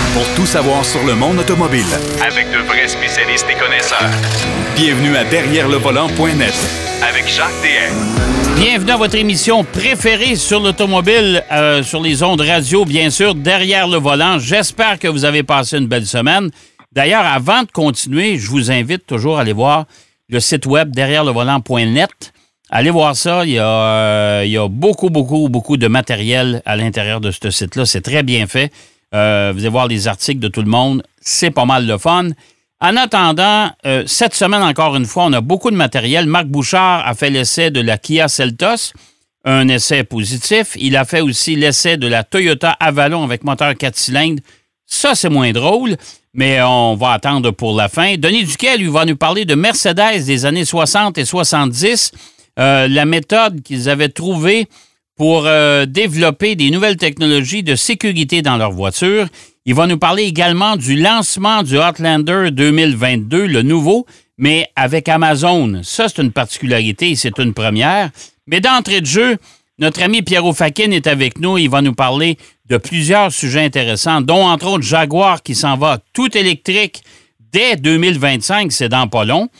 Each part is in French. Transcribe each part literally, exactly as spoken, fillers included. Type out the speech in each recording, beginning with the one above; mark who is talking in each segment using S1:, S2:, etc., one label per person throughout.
S1: pour tout savoir sur le monde automobile.
S2: Avec de vrais spécialistes et connaisseurs.
S1: Bienvenue à Derrière le volant point net
S2: avec Jacques Déhaye.
S3: Bienvenue à votre émission préférée sur l'automobile, euh, sur les ondes radio, bien sûr, Derrière le volant. J'espère que vous avez passé une belle semaine. D'ailleurs, avant de continuer, je vous invite toujours à aller voir le site web derrière le volant point net. Allez voir ça. Il y a, euh, il y a beaucoup, beaucoup, beaucoup de matériel à l'intérieur de ce site-là. C'est très bien fait. Euh, vous allez voir les articles de tout le monde. C'est pas mal de fun. En attendant, euh, cette semaine, encore une fois, on a beaucoup de matériel. Marc Bouchard a fait l'essai de la Kia Seltos, un essai positif. Il a fait aussi l'essai de la Toyota Avalon avec moteur quatre cylindres. Ça, c'est moins drôle, mais on va attendre pour la fin. Denis Duquet, lui, va nous parler de Mercedes des années soixante et soixante-dix, euh, la méthode qu'ils avaient trouvée pour euh, développer des nouvelles technologies de sécurité dans leur voiture. Il va nous parler également du lancement du Outlander deux mille vingt-deux, le nouveau, mais avec Amazon. Ça, c'est une particularité, c'est une première. Mais d'entrée de jeu, notre ami Pierrot Fakin est avec nous. Il va nous parler de plusieurs sujets intéressants, dont entre autres Jaguar qui s'en va tout électrique dès deux mille vingt-cinq, c'est dans pas long.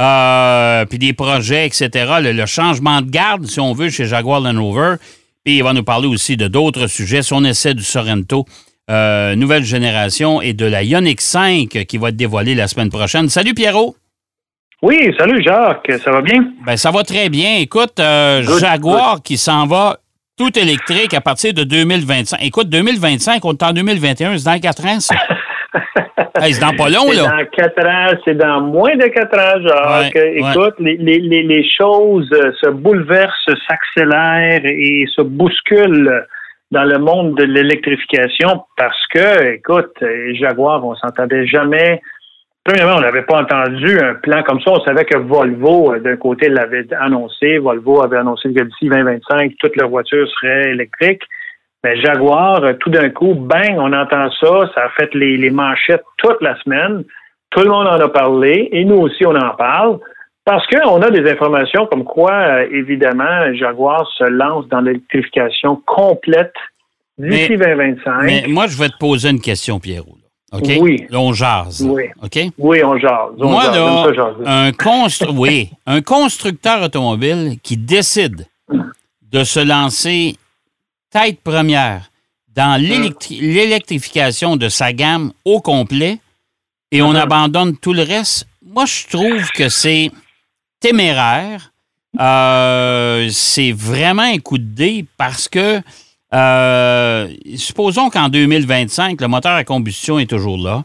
S3: Euh, puis des projets, et cetera. Le, le changement de garde, si on veut, chez Jaguar Land Rover. Puis il va nous parler aussi de d'autres sujets, son essai du Sorento, euh, nouvelle génération, et de la Ioniq cinq qui va être dévoilée la semaine prochaine. Salut Pierrot!
S4: Oui, salut Jacques, ça va bien?
S3: Ben ça va très bien. Écoute, euh, good, Jaguar good. Qui s'en va tout électrique à partir de deux mille vingt-cinq. Écoute, deux mille vingt-cinq, on est en deux mille vingt et un, c'est dans quatre ans, ça. Hey, c'est dans pas long,
S4: c'est
S3: là.
S4: C'est dans quatre ans, c'est dans moins de quatre ans, Jacques. Ouais, Écoute, ouais. Les, les, les choses se bouleversent, s'accélèrent et se bousculent dans le monde de l'électrification parce que, écoute, Jaguar, on s'entendait jamais. Premièrement, on n'avait pas entendu un plan comme ça. On savait que Volvo, d'un côté, l'avait annoncé. Volvo avait annoncé que d'ici vingt vingt-cinq, toutes leurs voitures seraient électriques. Mais Jaguar, tout d'un coup, bang, on entend ça. Ça a fait les, les manchettes toute la semaine. Tout le monde en a parlé. Et nous aussi, on en parle. Parce qu'on a des informations comme quoi, euh, évidemment, Jaguar se lance dans l'électrification complète d'ici mais, vingt vingt-cinq.
S3: Mais moi, je vais te poser une question, Pierrot. OK?
S4: Oui.
S3: Là, on jase.
S4: Oui.
S3: OK?
S4: Oui, on jase. On
S3: moi,
S4: jase.
S3: là,
S4: ça, jase.
S3: Un, constru... oui, un constructeur automobile qui décide de se lancer tête première dans l'électri... l'électrification de sa gamme au complet et on uh-huh. abandonne tout le reste, moi, je trouve que c'est téméraire. Euh, c'est vraiment un coup de dé parce que euh, supposons qu'en deux mille vingt-cinq, le moteur à combustion est toujours là,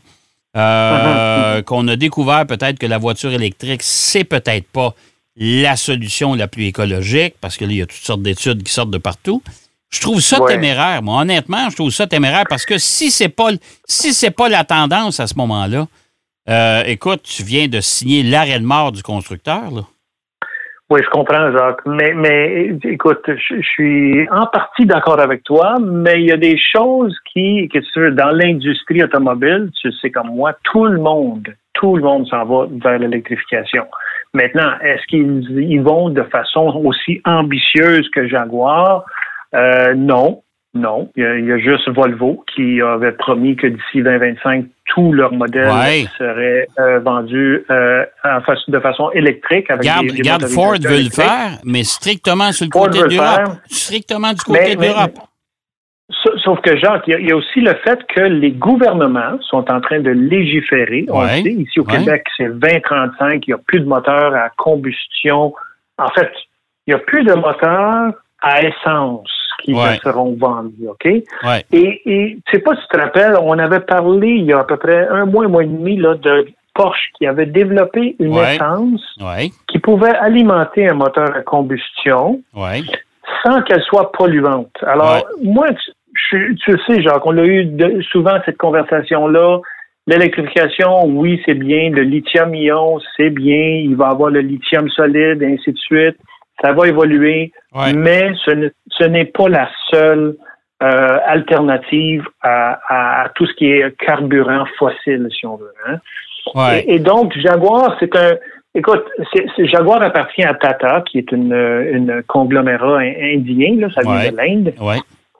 S3: euh, uh-huh. qu'on a découvert peut-être que la voiture électrique, c'est peut-être pas la solution la plus écologique parce que là, il y a toutes sortes d'études qui sortent de partout. Je trouve ça ouais. téméraire, moi. Honnêtement, je trouve ça téméraire parce que si c'est pas si c'est pas la tendance à ce moment-là, euh, écoute, tu viens de signer l'arrêt de mort du constructeur, là.
S4: Oui, je comprends, Jacques. Mais, mais écoute, je, je suis en partie d'accord avec toi, mais il y a des choses qui, que tu veux, dans l'industrie automobile, tu sais comme moi, tout le monde, tout le monde s'en va vers l'électrification. Maintenant, est-ce qu'ils ils vont de façon aussi ambitieuse que Jaguar? Euh, non, non. Il y, a, il y a juste Volvo qui avait promis que d'ici vingt vingt-cinq, tous leurs modèles ouais. seraient euh, vendus euh, en fa- de façon électrique. Avec
S3: Garde,
S4: des, des
S3: garde Ford veut le faire, mais strictement sur le
S4: Ford
S3: côté de l'Europe. Strictement du côté mais, de l'Europe.
S4: Mais, sauf que, Jacques, il y, a, il y a aussi le fait que les gouvernements sont en train de légiférer. On ouais. le sait, ici au ouais. Québec, c'est vingt trente-cinq, il n'y a plus de moteurs à combustion. En fait, il n'y a plus de moteurs à essence qui ouais. seront vendus, OK?
S3: Ouais.
S4: Et, et tu sais pas si tu te rappelles, on avait parlé il y a à peu près un mois, un mois et demi, là, de Porsche qui avait développé une
S3: ouais.
S4: essence
S3: ouais.
S4: qui pouvait alimenter un moteur à combustion
S3: ouais.
S4: sans qu'elle soit polluante. Alors, ouais. moi, tu, tu sais, Jacques, on a eu de, souvent cette conversation-là. L'électrification, oui, c'est bien. Le lithium-ion, c'est bien. Il va y avoir le lithium solide, et ainsi de suite. Ça va évoluer, ouais. mais ce, ne, ce n'est pas la seule euh, alternative à, à, à tout ce qui est carburant fossile, si on veut. Hein?
S3: Ouais.
S4: Et, et donc, Jaguar, c'est un... Écoute, c'est, c'est, Jaguar appartient à Tata, qui est une, une conglomérat indien, là, ça vient
S3: ouais.
S4: de l'Inde.
S3: Ouais.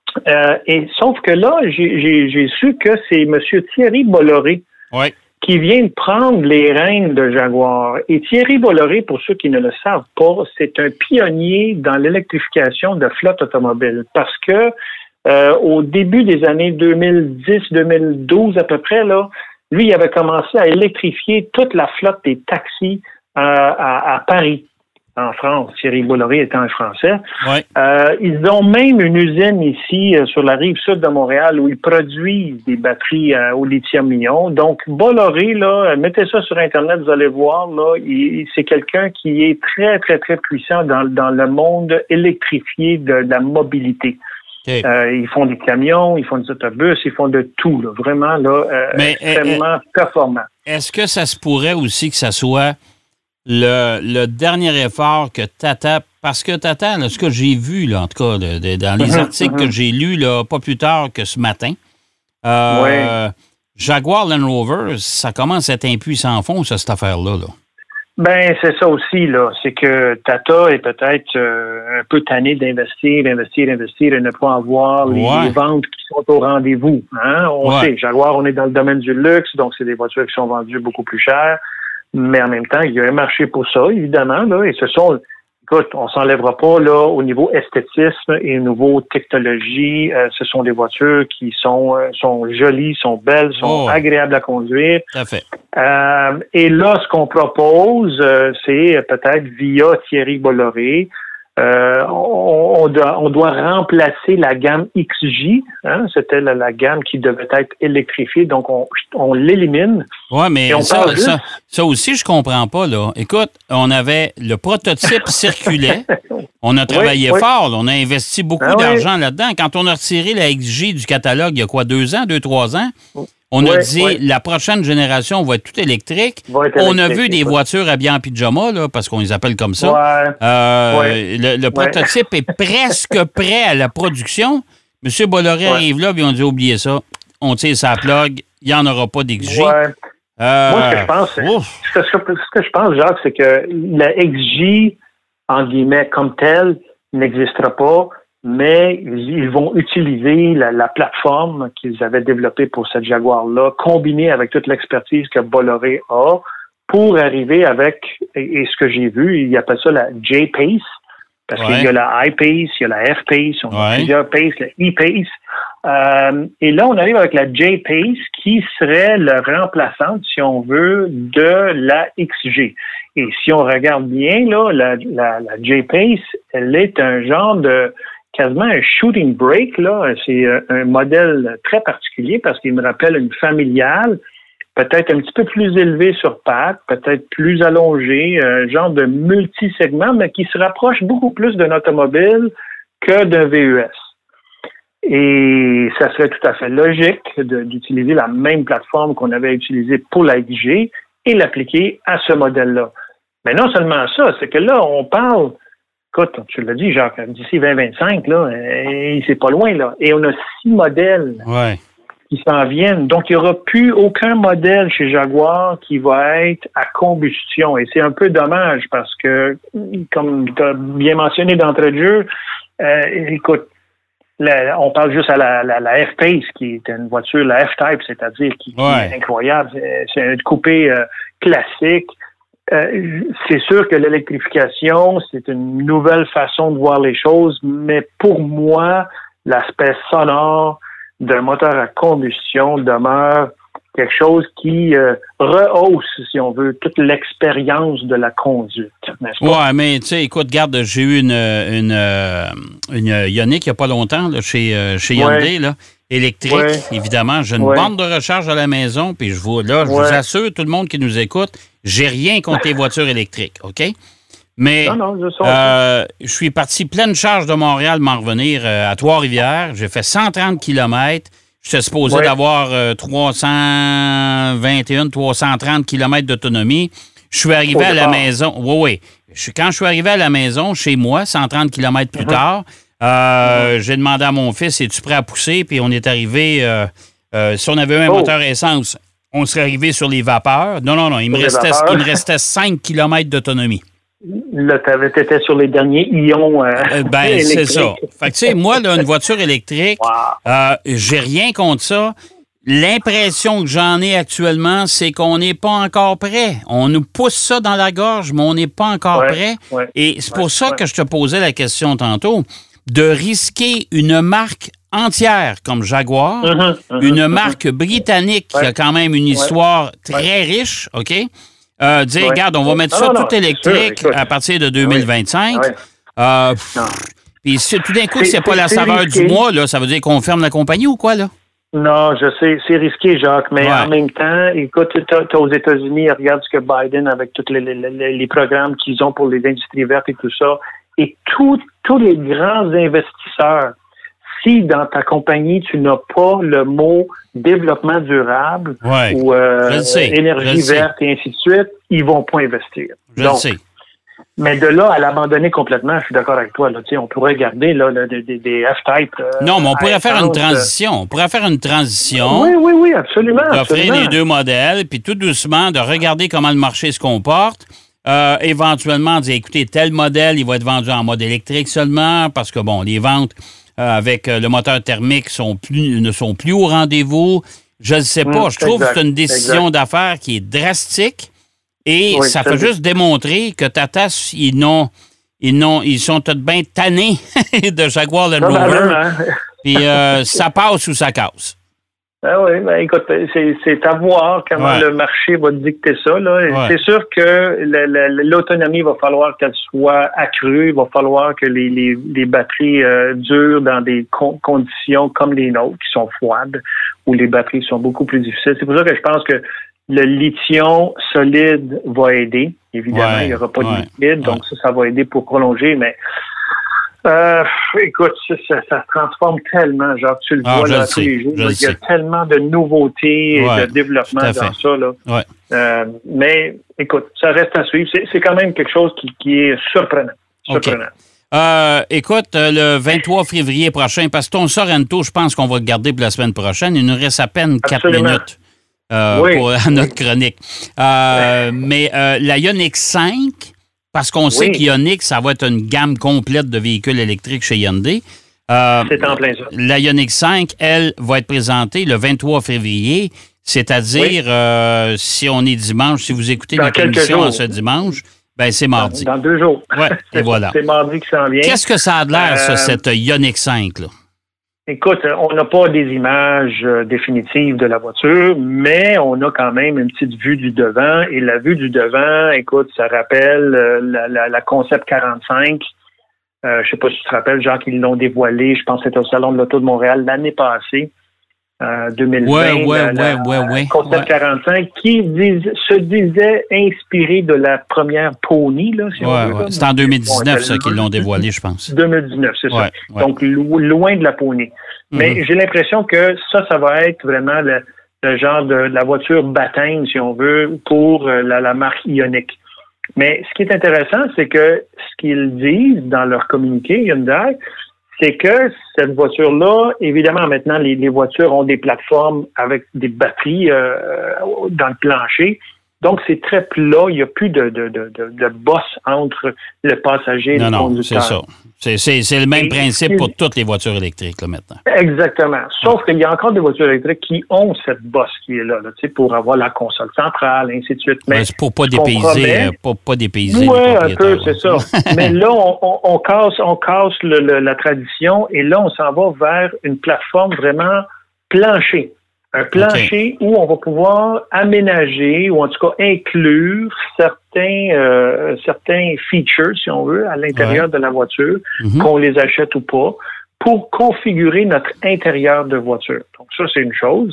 S4: Euh, et sauf que là, j'ai, j'ai, j'ai su que c'est M. Thierry Bolloré
S3: ouais.
S4: qui vient de prendre les rênes de Jaguar. Et Thierry Bolloré, pour ceux qui ne le savent pas, c'est un pionnier dans l'électrification de flotte automobile. Parce que euh, au début des années deux mille dix deux mille douze à peu près, là, lui, il avait commencé à électrifier toute la flotte des taxis euh, à, à Paris, en France. Thierry Bolloré étant un Français.
S3: Ouais.
S4: Euh, ils ont même une usine ici, euh, sur la rive sud de Montréal, où ils produisent des batteries euh, au lithium-ion. Donc, Bolloré, là, mettez ça sur Internet, vous allez voir, là, il, c'est quelqu'un qui est très, très, très puissant dans, dans le monde électrifié de, de la mobilité. Okay. Euh, ils font des camions, ils font des autobus, ils font de tout, là, vraiment là, euh, Mais, extrêmement euh, performant.
S3: Est-ce que ça se pourrait aussi que ça soit le, le dernier effort que Tata, parce que Tata, là, ce que j'ai vu, là, en tout cas, de, de, dans les articles que j'ai lus, là, pas plus tard que ce matin, euh, ouais. Jaguar Land Rover, ça commence à être un puits sans fond, ça, cette affaire-là, là.
S4: Ben, c'est ça aussi, là. C'est que Tata est peut-être euh, un peu tanné d'investir, d'investir, d'investir et ne pas avoir les, ouais. les ventes qui sont au rendez-vous. Hein? On ouais. sait, Jaguar, on est dans le domaine du luxe, donc c'est des voitures qui sont vendues beaucoup plus chères. Mais en même temps, il y a un marché pour ça, évidemment, là. Et ce sont, écoute, on s'enlèvera pas, là, au niveau esthétisme et au niveau technologie. Euh, ce sont des voitures qui sont, euh, sont jolies, sont belles, sont oh. agréables à conduire.
S3: Tout à fait.
S4: Euh, et là, ce qu'on propose, euh, c'est peut-être via Thierry Bolloré, euh, on, on, doit, on doit remplacer la gamme X J. Hein, c'était la, la gamme qui devait être électrifiée, donc on, on l'élimine.
S3: Oui, mais ça, ça, ça aussi, je comprends pas, là. Écoute, on avait le prototype circulait, on a travaillé oui, fort, oui. on a investi beaucoup ah, d'argent oui. là-dedans. Quand on a retiré la X J du catalogue, il y a quoi, deux ans, deux, trois ans? On a oui, dit, oui. la prochaine génération va être toute électrique. Être électrique on a vu des oui. voitures habillées en pyjama, là, parce qu'on les appelle comme ça.
S4: Ouais.
S3: Euh, oui. Le, le prototype oui. est presque prêt à la production. M. Bolloré oui. arrive là, puis on dit, oubliez ça. On tire sa plug, il n'y en aura pas d'X J.
S4: Ouais.
S3: Euh,
S4: Moi, ce que je pense, ce que, ce que je pense, Jacques, c'est que la X J, en guillemets, comme telle, n'existera pas. Mais ils vont utiliser la, la plateforme qu'ils avaient développée pour cette Jaguar-là, combinée avec toute l'expertise que Bolloré a, pour arriver avec, et, et ce que j'ai vu, ils appellent ça la J-Pace, parce ouais. qu'il y a la I-Pace, il y a la F-Pace, on a ouais. plusieurs Pace, la E-Pace. Euh, et là, on arrive avec la J-Pace qui serait le remplaçante, si on veut, de la X J. Et si on regarde bien, là, la, la, la J-Pace, elle est un genre de quasiment un shooting brake, là. C'est un modèle très particulier parce qu'il me rappelle une familiale, peut-être un petit peu plus élevée sur pattes, peut-être plus allongée, un genre de multi-segment, mais qui se rapproche beaucoup plus d'un automobile que d'un V U S. Et ça serait tout à fait logique de, d'utiliser la même plateforme qu'on avait utilisée pour la X J et l'appliquer à ce modèle-là. Mais non seulement ça, c'est que là, on parle... Écoute, tu l'as dit, Jacques, d'ici vingt vingt-cinq, là, et c'est pas loin, là. Et on a six modèles
S3: ouais.
S4: qui s'en viennent. Donc, il n'y aura plus aucun modèle chez Jaguar qui va être à combustion. Et c'est un peu dommage parce que, comme tu as bien mentionné d'entrée de jeu, euh, écoute, la, on parle juste à la, la, la F-Pace, qui est une voiture, la F-Type, c'est-à-dire qui,
S3: ouais.
S4: qui est incroyable. C'est, c'est un coupé euh, classique. Euh, c'est sûr que l'électrification, c'est une nouvelle façon de voir les choses, mais pour moi, l'aspect sonore d'un moteur à combustion demeure quelque chose qui euh, rehausse, si on veut, toute l'expérience de la conduite, n'est-ce pas?
S3: Oui, mais tu sais, écoute, garde, j'ai eu une, une, une Ioniq il n'y a pas longtemps là, chez, chez Hyundai, ouais. là, électrique, ouais. évidemment. J'ai une ouais. bande de recharge à la maison, puis je vous, là, je ouais. vous assure, tout le monde qui nous écoute, j'ai rien contre les voitures électriques, OK? Mais non, non, je, euh, je suis parti pleine charge de Montréal m'en revenir euh, à Trois-Rivières. J'ai fait cent trente kilomètres. J'étais supposé ouais. d'avoir euh, trois cent vingt et un, trois cent trente kilomètres d'autonomie. Je suis arrivé Au à départ. la maison. Oui, oui. Quand je suis arrivé à la maison, chez moi, cent trente kilomètres plus mm-hmm. tard, euh, mm-hmm. j'ai demandé à mon fils, es-tu prêt à pousser? Puis on est arrivé, euh, euh, si on avait eu un oh. moteur essence, on serait arrivé sur les vapeurs. Non, non, non, il me, restait, il me restait cinq kilomètres d'autonomie.
S4: Là, tu étais sur les derniers ions. Euh,
S3: euh, ben, c'est ça. Fait que, tu sais, moi, là, une voiture électrique, wow. euh, j'ai rien contre ça. L'impression que j'en ai actuellement, c'est qu'on n'est pas encore prêt. On nous pousse ça dans la gorge, mais on n'est pas encore
S4: ouais,
S3: prêt.
S4: Ouais,
S3: Et c'est pour
S4: ouais,
S3: ça
S4: ouais.
S3: que je te posais la question tantôt, de risquer une marque entière comme Jaguar,
S4: mm-hmm, mm-hmm,
S3: une marque mm-hmm. britannique ouais. qui a quand même une histoire ouais. très ouais. riche, OK? Euh, dire, ouais. regarde, on va mettre ça non, tout non, électrique sûr, à partir de deux mille vingt-cinq. Ouais. Euh, Puis si tout d'un coup, c'est, c'est pas la saveur risqué. Du mois, là, ça veut dire qu'on ferme la compagnie ou quoi, là?
S4: Non, je sais, c'est risqué, Jacques, mais ouais. en même temps, écoute, t'as, t'as aux États-Unis, regarde ce que Biden, avec tous les, les, les programmes qu'ils ont pour les industries vertes et tout ça, et tous tous les grands investisseurs, si dans ta compagnie, tu n'as pas le mot développement durable
S3: ouais.
S4: ou euh,
S3: sais,
S4: énergie verte et ainsi de suite, ils vont pas investir.
S3: Je Donc, le sais.
S4: Mais de là à l'abandonner complètement, je suis d'accord avec toi. Là, on pourrait garder là, des, des, des F-Type. Euh,
S3: non, mais on pourrait faire une transition. On pourrait faire une transition.
S4: Oui, oui, oui, absolument.
S3: D'offrir les deux modèles, puis tout doucement, de regarder comment le marché se comporte. Euh, éventuellement, dire, écoutez, tel modèle, il va être vendu en mode électrique seulement, parce que, bon, les ventes euh, avec le moteur thermique sont plus, ne sont plus au rendez-vous. Je ne sais pas. Mmh, je trouve exact, que c'est une décision exact. d'affaires qui est drastique. Et oui, ça fait juste dit. démontrer que Tata, ils n'ont, ils n'ont, ils sont tout bien tannés de Jaguar Land Rover. Puis euh, ça passe ou ça casse.
S4: Ben oui, ben écoute, c'est, c'est à voir comment ouais. le marché va dicter ça. Là. Ouais. C'est sûr que la, la, l'autonomie va falloir qu'elle soit accrue. Il va falloir que les, les, les batteries euh, durent dans des con- conditions comme les nôtres, qui sont froides, où les batteries sont beaucoup plus difficiles. C'est pour ça que je pense que le lithium solide va aider. Évidemment, ouais, il n'y aura pas ouais, de liquide, ouais. donc ça, ça va aider pour prolonger, mais euh, écoute, ça, ça, ça se transforme tellement, genre tu le ah, vois là, tous les jours. Il y a sais. tellement de nouveautés et ouais, de développement dans ça. Là.
S3: Ouais.
S4: Euh, mais écoute, ça reste à suivre. C'est, c'est quand même quelque chose qui, qui est surprenant. surprenant.
S3: Okay. Euh, écoute, le vingt-trois février prochain, parce que ton Sorento, je pense qu'on va le garder pour la semaine prochaine. Il nous reste à peine quatre minutes. Euh, oui. pour notre chronique. Euh, mais euh, la Ioniq cinq, parce qu'on sait oui. qu'Ioniq, ça va être une gamme complète de véhicules électriques chez Hyundai. Euh,
S4: C'est en plein ça.
S3: La Ioniq cinq, elle, va être présentée le vingt-trois février, c'est-à-dire, oui. euh, si on est dimanche, si vous écoutez dans notre émission jours. ce dimanche, ben c'est mardi.
S4: Dans, dans deux jours.
S3: Ouais, et voilà.
S4: C'est mardi qui s'en vient.
S3: Qu'est-ce que ça a de l'air, euh, ça, cette Ioniq cinq, là?
S4: Écoute, on n'a pas des images euh, définitives de la voiture, mais on a quand même une petite vue du devant. Et la vue du devant, écoute, ça rappelle euh, la, la, la Concept quarante-cinq. Euh, je ne sais pas si tu te rappelles, Jacques, ils l'ont dévoilé, je pense que c'était au Salon de l'Auto de Montréal l'année passée, euh, deux mille vingt.
S3: Ouais, ouais,
S4: la, la,
S3: ouais, ouais, ouais.
S4: Concept
S3: ouais.
S4: quarante-cinq, qui dis, se disait inspiré de la première Pony. Là, si
S3: ouais,
S4: on veut,
S3: ouais.
S4: là.
S3: C'est en deux mille dix-neuf, bon, ça, qu'ils l'ont dévoilé, je pense.
S4: deux mille dix-neuf, c'est
S3: ouais,
S4: ça.
S3: Ouais.
S4: Donc, lo- loin de la Pony. Mais mm-hmm. j'ai l'impression que ça, ça va être vraiment le, le genre de la voiture baptême, si on veut, pour la, la marque Ioniq. Mais ce qui est intéressant, c'est que ce qu'ils disent dans leur communiqué, Hyundai, c'est que cette voiture-là, évidemment, maintenant, les, les voitures ont des plateformes avec des batteries euh, dans le plancher. Donc, c'est très plat. Il n'y a plus de, de, de, de, de bosse entre le passager et
S3: non,
S4: le
S3: non,
S4: conducteur.
S3: C'est ça. C'est, c'est, c'est le même
S4: et
S3: principe pour toutes les voitures électriques, là, maintenant.
S4: Exactement. Sauf qu'il y a encore des voitures électriques qui ont cette bosse qui est là, là tu sais, pour avoir la console centrale, ainsi de suite. Mais
S3: ouais, c'est pour pas dépayser, euh, pas, pas dépayser.
S4: Oui, un peu, c'est ça. Mais là, on, on, on casse, on casse le, le, la tradition et là, on s'en va vers une plateforme vraiment plancher. Un plancher okay. où on va pouvoir aménager ou en tout cas inclure certains euh, certains features, si on veut, à l'intérieur ouais. de la voiture, mm-hmm. qu'on les achète ou pas, pour configurer notre intérieur de voiture. Donc ça, c'est une chose.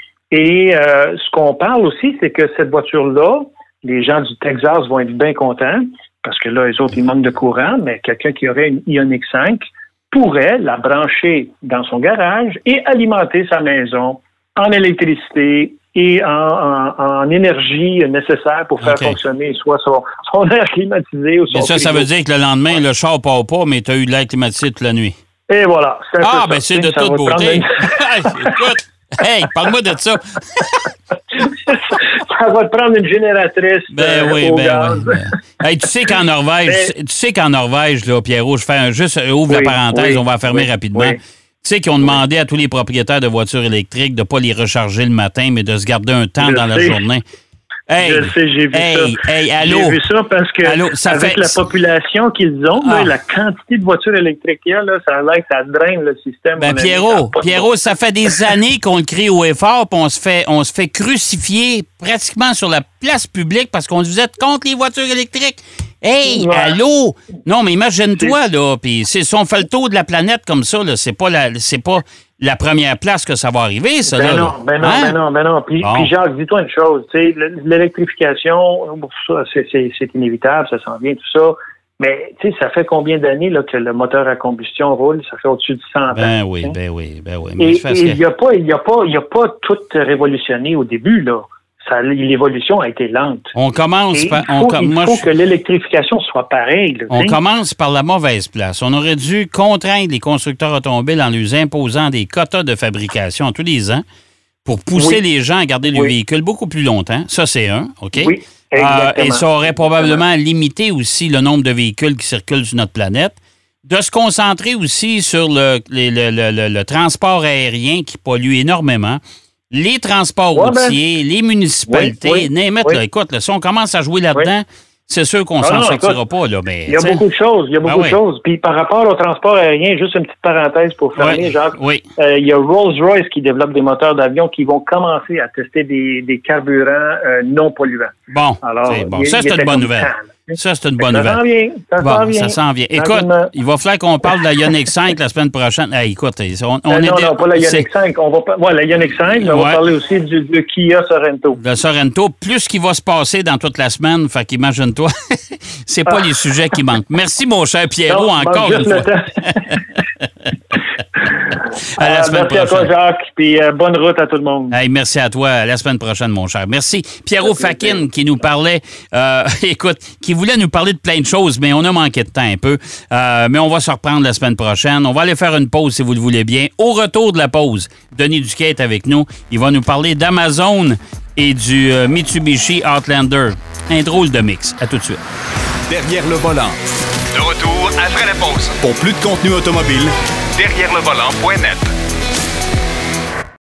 S4: Et euh, ce qu'on parle aussi, c'est que cette voiture-là, les gens du Texas vont être bien contents, parce que là, les autres, ils manquent de courant, mais quelqu'un qui aurait une Ioniq cinq pourrait la brancher dans son garage et alimenter sa maison en électricité et en, en, en énergie nécessaire pour faire okay. fonctionner soit son, son air climatisé ou son
S3: mais ça, frigo. Ça veut dire que le lendemain, ouais. le char part pas, mais tu as eu l'air climatisé toute la nuit.
S4: Et voilà.
S3: C'est ah, ben c'est de toute beauté. Une... Écoute, hey, parle-moi de ça.
S4: ça va te prendre une génératrice
S3: ben
S4: euh,
S3: oui,
S4: au
S3: ben
S4: gaz.
S3: oui. Ben. Hey, tu sais qu'en Norvège,
S4: Mais...
S3: tu sais qu'en Norvège, là, Pierrot, je fais un, juste ouvre
S4: oui,
S3: la parenthèse,
S4: oui,
S3: on va la fermer
S4: oui,
S3: rapidement.
S4: Oui.
S3: Tu sais qu'ils ont demandé à tous les propriétaires de voitures électriques de ne pas les recharger le matin, mais de se garder un temps
S4: Je
S3: dans
S4: sais.
S3: la journée. Hey,
S4: je sais, j'ai vu
S3: hey,
S4: ça.
S3: Hey, allô?
S4: J'ai vu ça parce que
S3: allô, ça
S4: avec
S3: fait...
S4: la population qu'ils ont,
S3: Ah.
S4: là, la quantité de voitures électriques qu'il y a, là, ça a l'air que ça draine le système.
S3: Ben, Pierrot, Pierrot, ça fait des années qu'on le crie haut et fort, puis on se fait, on se fait crucifier pratiquement sur la place publique parce qu'on dit vous êtes contre les voitures électriques. Hey,
S4: Ouais.
S3: allô? Non, mais imagine-toi, là, puis si on fait le tour de la planète comme ça, là, c'est pas la, c'est pas la première place que ça va arriver, ça,
S4: Ben
S3: là.
S4: non,
S3: là.
S4: ben non,
S3: Hein?
S4: ben non, ben non. Puis,
S3: Bon.
S4: puis Jacques, dis-toi une chose, tu sais, l'électrification, ça, c'est, c'est, c'est inévitable, ça s'en vient, tout ça. Mais, tu sais, ça fait combien d'années là, que le moteur à combustion roule? Ça fait au-dessus de cent ans.
S3: Ben oui,
S4: hein?
S3: ben oui, ben oui. Mais
S4: Et
S3: c'est parce
S4: il
S3: que-
S4: n'y a pas, il y a pas, il y a pas tout révolutionné au début, là. Ça, l'évolution a été lente.
S3: on commence
S4: Et
S3: par...
S4: il
S3: on
S4: faut,
S3: com-
S4: il
S3: moi,
S4: faut
S3: je-
S4: que l'électrification soit pareille. Là,
S3: On
S4: tu sais.
S3: commence par la mauvaise place. On aurait dû contraindre les constructeurs automobiles en leur imposant des quotas de fabrication tous les ans pour pousser
S4: Oui.
S3: les gens à garder le
S4: Oui.
S3: véhicule beaucoup plus longtemps. Ça, c'est un, OK?
S4: Oui,
S3: Euh,
S4: exactement.
S3: et ça aurait probablement limité aussi le nombre de véhicules qui circulent sur notre planète. De se concentrer aussi sur le, les- le, le- le- le transport aérien qui pollue énormément, les transports
S4: Ouais, ben,
S3: routiers, les municipalités,
S4: oui, oui,
S3: n'importe,
S4: oui.
S3: là, écoute, là, si on commence à jouer là-dedans, c'est sûr qu'on
S4: Ah
S3: s'en
S4: non,
S3: sortira
S4: écoute,
S3: pas. Là, mais,
S4: Il y a
S3: tu sais.
S4: beaucoup de choses. Il y a beaucoup
S3: Ben oui.
S4: de choses. Puis par rapport au transport aérien, juste une petite parenthèse pour fermer,
S3: Ouais,
S4: Jacques.
S3: oui.
S4: Euh, il y a Rolls-Royce qui développe des moteurs d'avion qui vont commencer à tester des, des carburants euh, non polluants.
S3: Bon,
S4: Alors,
S3: c'est bon.
S4: il-
S3: Ça,
S4: il
S3: c'est
S4: était
S3: une bonne
S4: comme
S3: nouvelle.
S4: temps, là.
S3: Ça, c'est une
S4: Fait
S3: bonne
S4: que ça s'en
S3: nouvelle.
S4: vient, ça s'en
S3: Bon,
S4: vient.
S3: ça s'en vient. Écoute,
S4: Tranquillement.
S3: il va falloir qu'on parle de la Ioniq cinq la semaine prochaine. Hey, écoute, on, on
S4: Euh,
S3: est
S4: non,
S3: dé-
S4: non, pas la
S3: c'est-
S4: Ioniq cinq. On va pas, ouais, la Ioniq cinq, mais on
S3: Ouais.
S4: va parler aussi du, du Kia Sorento.
S3: de Sorento, plus ce qui va se passer dans toute la semaine. Fait qu'imagine-toi, c'est pas
S4: Ah.
S3: les sujets qui manquent. Merci, mon cher Pierrot,
S4: Non,
S3: encore
S4: manque
S3: une
S4: juste le
S3: fois.
S4: temps.
S3: À la
S4: Euh,
S3: semaine
S4: merci à toi,
S3: prochaine.
S4: Jacques, puis euh, bonne route à tout le monde.
S3: Hey, merci à toi. À la semaine prochaine, mon cher. Merci. Pierrot Fakin qui nous parlait, euh, écoute, qui voulait nous parler de plein de choses, mais on a manqué de temps un peu. Euh, mais on va se reprendre la semaine prochaine. On va aller faire une pause si vous le voulez bien. Au retour de la pause, Denis Duquet est avec nous. Il va nous parler d'Amazon et du euh, Mitsubishi Outlander. Un drôle de mix. À tout de suite.
S1: Derrière le volant.
S2: De retour après la pause.
S1: Pour plus de contenu automobile,
S2: Derrière le volant point net.